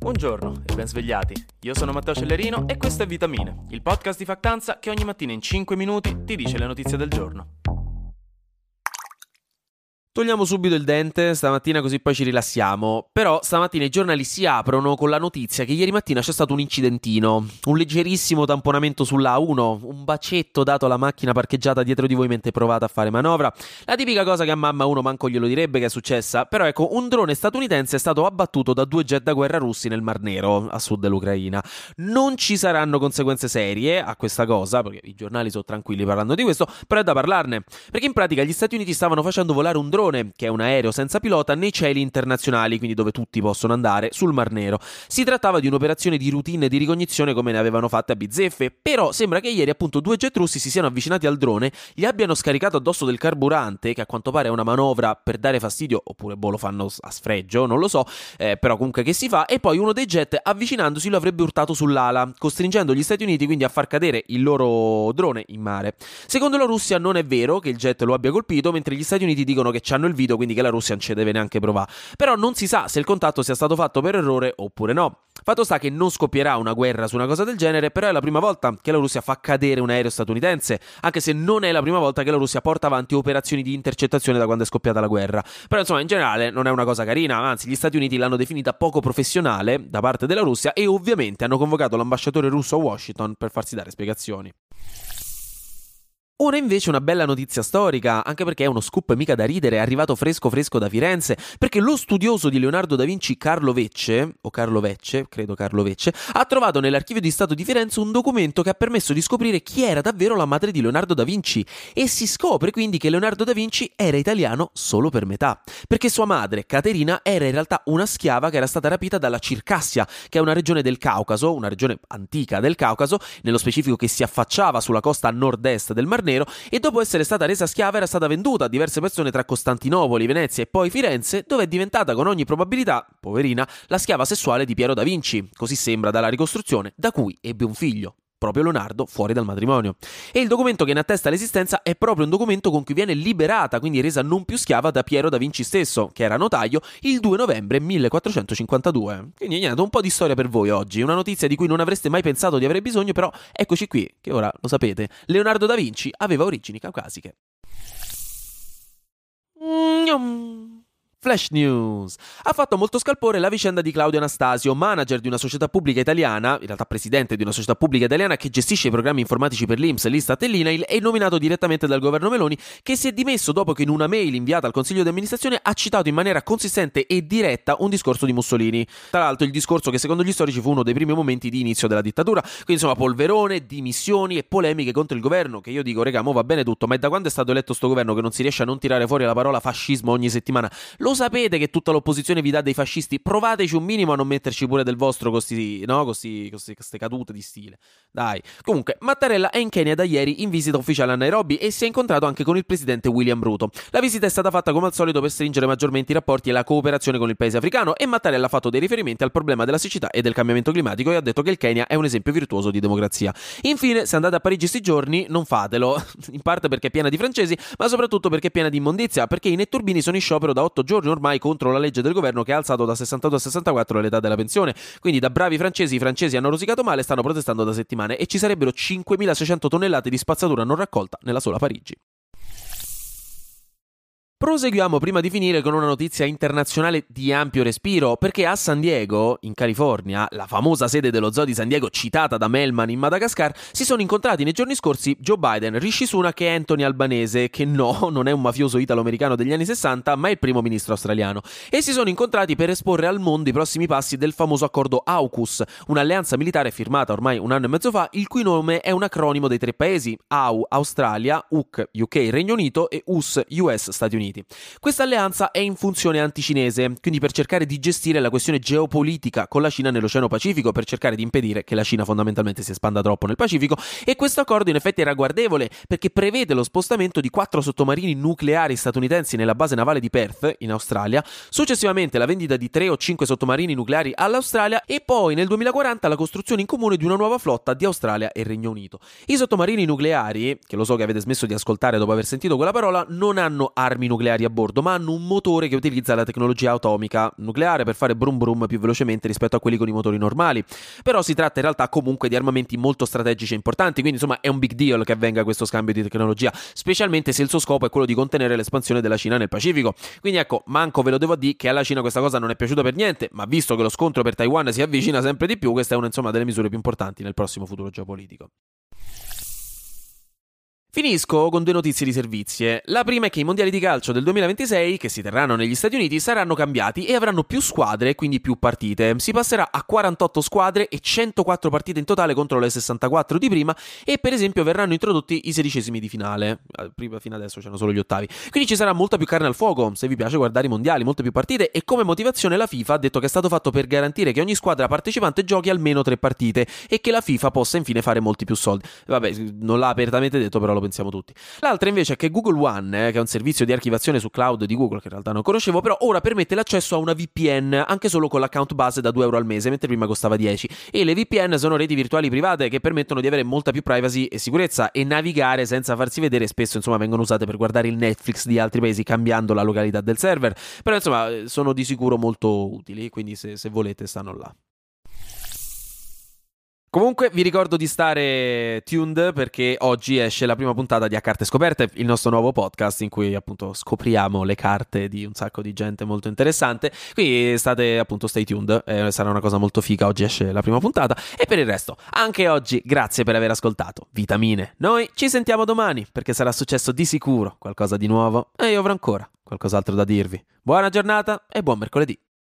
Buongiorno e ben svegliati. Io sono Matteo Cellerino e questo è Vitamine, il podcast di Factanza che ogni mattina in 5 minuti ti dice le notizie del giorno. Togliamo subito il dente stamattina così poi ci rilassiamo. Però stamattina i giornali si aprono con la notizia che ieri mattina c'è stato un incidentino, un leggerissimo tamponamento sulla A1, un bacetto dato alla macchina parcheggiata dietro di voi mentre provate a fare manovra. La tipica cosa che a mamma uno manco glielo direbbe che è successa. Però ecco, un drone statunitense è stato abbattuto da 2 jet da guerra russi nel Mar Nero, a sud dell'Ucraina. Non ci saranno conseguenze serie a questa cosa, perché i giornali sono tranquilli parlando di questo, però è da parlarne, perché in pratica gli Stati Uniti stavano facendo volare un drone, che è un aereo senza pilota, nei cieli internazionali, quindi dove tutti possono andare, sul Mar Nero. Si trattava di un'operazione di routine di ricognizione come ne avevano fatte a bizzeffe, però sembra che ieri appunto 2 jet russi si siano avvicinati al drone, gli abbiano scaricato addosso del carburante, che a quanto pare è una manovra per dare fastidio, oppure lo fanno a sfregio, non lo so, però comunque che si fa, e poi uno dei jet avvicinandosi lo avrebbe urtato sull'ala, costringendo gli Stati Uniti quindi a far cadere il loro drone in mare. Secondo la Russia non è vero che il jet lo abbia colpito, mentre gli Stati Uniti dicono che hanno il video, quindi che la Russia non ci deve neanche provare. Però non si sa se il contatto sia stato fatto per errore oppure no. Fatto sta che non scoppierà una guerra su una cosa del genere, però è la prima volta che la Russia fa cadere un aereo statunitense, anche se non è la prima volta che la Russia porta avanti operazioni di intercettazione da quando è scoppiata la guerra. Però insomma, in generale non è una cosa carina, anzi gli Stati Uniti l'hanno definita poco professionale da parte della Russia e ovviamente hanno convocato l'ambasciatore russo a Washington per farsi dare spiegazioni. Ora invece una bella notizia storica, anche perché è uno scoop mica da ridere, è arrivato fresco da Firenze, perché lo studioso di Leonardo da Vinci Carlo Vecce, ha trovato nell'archivio di Stato di Firenze un documento che ha permesso di scoprire chi era davvero la madre di Leonardo da Vinci, e si scopre quindi che Leonardo da Vinci era italiano solo per metà, perché sua madre, Caterina, era in realtà una schiava che era stata rapita dalla Circassia, che è una regione del Caucaso, una regione antica del Caucaso, nello specifico che si affacciava sulla costa nord-est del Mar Nero, e dopo essere stata resa schiava era stata venduta a diverse persone tra Costantinopoli, Venezia e poi Firenze, dove è diventata con ogni probabilità, poverina, la schiava sessuale di Piero da Vinci, così sembra dalla ricostruzione, da cui ebbe un figlio, proprio Leonardo, fuori dal matrimonio. E il documento che ne attesta l'esistenza è proprio un documento con cui viene liberata, quindi resa non più schiava, da Piero da Vinci stesso, che era notaio, il 2 novembre 1452. Quindi niente, un po' di storia per voi oggi, una notizia di cui non avreste mai pensato di avere bisogno, però eccoci qui, che ora lo sapete. Leonardo da Vinci aveva origini caucasiche. Flash News. Ha fatto molto scalpore la vicenda di Claudio Anastasio, manager di una società pubblica italiana, in realtà presidente di una società pubblica italiana che gestisce i programmi informatici per l'INPS, l'Istat e l'INAIL, e nominato direttamente dal governo Meloni, che si è dimesso dopo che in una mail inviata al Consiglio di amministrazione ha citato in maniera consistente e diretta un discorso di Mussolini. Tra l'altro il discorso che secondo gli storici fu uno dei primi momenti di inizio della dittatura, quindi insomma polverone, dimissioni e polemiche contro il governo, che io dico regà, mo va bene tutto, ma è da quando è stato eletto sto governo che non si riesce a non tirare fuori la parola fascismo ogni settimana? Lo sapete che tutta l'opposizione vi dà dei fascisti? Provateci un minimo a non metterci pure del vostro con queste cadute di stile. Dai. Comunque, Mattarella è in Kenya da ieri in visita ufficiale a Nairobi e si è incontrato anche con il presidente William Ruto. La visita è stata fatta come al solito per stringere maggiormente i rapporti e la cooperazione con il paese africano, e Mattarella ha fatto dei riferimenti al problema della siccità e del cambiamento climatico e ha detto che il Kenya è un esempio virtuoso di democrazia. Infine, se andate a Parigi sti giorni, non fatelo, in parte perché è piena di francesi, ma soprattutto perché è piena di immondizia, perché i netturbini sono in sciopero da 8 giorni ormai contro la legge del governo che ha alzato da 62 a 64 l'età della pensione. Quindi da bravi francesi, i francesi hanno rosicato male, stanno protestando da settimane e ci sarebbero 5.600 tonnellate di spazzatura non raccolta nella sola Parigi. Proseguiamo prima di finire con una notizia internazionale di ampio respiro, perché a San Diego, in California, la famosa sede dello zoo di San Diego citata da Melman in Madagascar, si sono incontrati nei giorni scorsi Joe Biden, Rishi Sunak e Anthony Albanese, che no, non è un mafioso italo-americano degli anni 60, ma è il primo ministro australiano, e si sono incontrati per esporre al mondo i prossimi passi del famoso accordo AUKUS, un'alleanza militare firmata ormai un anno e mezzo fa, il cui nome è un acronimo dei 3 paesi, AU Australia, UK UK Regno Unito e US US Stati Uniti. Questa alleanza è in funzione anticinese, quindi per cercare di gestire la questione geopolitica con la Cina nell'Oceano Pacifico, per cercare di impedire che la Cina fondamentalmente si espanda troppo nel Pacifico, e questo accordo in effetti è ragguardevole perché prevede lo spostamento di 4 sottomarini nucleari statunitensi nella base navale di Perth, in Australia, successivamente la vendita di 3 o 5 sottomarini nucleari all'Australia e poi nel 2040 la costruzione in comune di una nuova flotta di Australia e Regno Unito. I sottomarini nucleari, che lo so che avete smesso di ascoltare dopo aver sentito quella parola, non hanno armi nucleari nucleari a bordo, ma hanno un motore che utilizza la tecnologia atomica nucleare per fare brum brum più velocemente rispetto a quelli con i motori normali. Però si tratta in realtà comunque di armamenti molto strategici e importanti, quindi insomma è un big deal che avvenga questo scambio di tecnologia, specialmente se il suo scopo è quello di contenere l'espansione della Cina nel Pacifico. Quindi ecco, manco ve lo devo dire che alla Cina questa cosa non è piaciuta per niente, ma visto che lo scontro per Taiwan si avvicina sempre di più, questa è una insomma delle misure più importanti nel prossimo futuro geopolitico. Finisco con due notizie di servizie. La prima è che i mondiali di calcio del 2026, che si terranno negli Stati Uniti, saranno cambiati e avranno più squadre e quindi più partite. Si passerà a 48 squadre e 104 partite in totale contro le 64 di prima, e per esempio verranno introdotti i sedicesimi di finale. Prima, fino adesso c'erano solo gli ottavi. Quindi ci sarà molta più carne al fuoco, se vi piace guardare i mondiali, molte più partite, e come motivazione la FIFA ha detto che è stato fatto per garantire che ogni squadra partecipante giochi almeno 3 partite e che la FIFA possa infine fare molti più soldi. Vabbè, non l'ha apertamente detto, però lo pensiamo tutti. L'altra invece è che Google One, che è un servizio di archiviazione su cloud di Google che in realtà non conoscevo, però ora permette l'accesso a una VPN anche solo con l'account base da €2 al mese, mentre prima costava 10. E le VPN sono reti virtuali private che permettono di avere molta più privacy e sicurezza e navigare senza farsi vedere. Spesso insomma vengono usate per guardare il Netflix di altri paesi cambiando la località del server, però insomma sono di sicuro molto utili, quindi se volete stanno là. Comunque vi ricordo di stare tuned perché oggi esce la prima puntata di A Carte Scoperte, il nostro nuovo podcast in cui appunto scopriamo le carte di un sacco di gente molto interessante. Quindi state appunto stay tuned, sarà una cosa molto figa, oggi esce la prima puntata. E per il resto, anche oggi grazie per aver ascoltato Vitamine. Noi ci sentiamo domani perché sarà successo di sicuro qualcosa di nuovo e io avrò ancora qualcos'altro da dirvi. Buona giornata e buon mercoledì.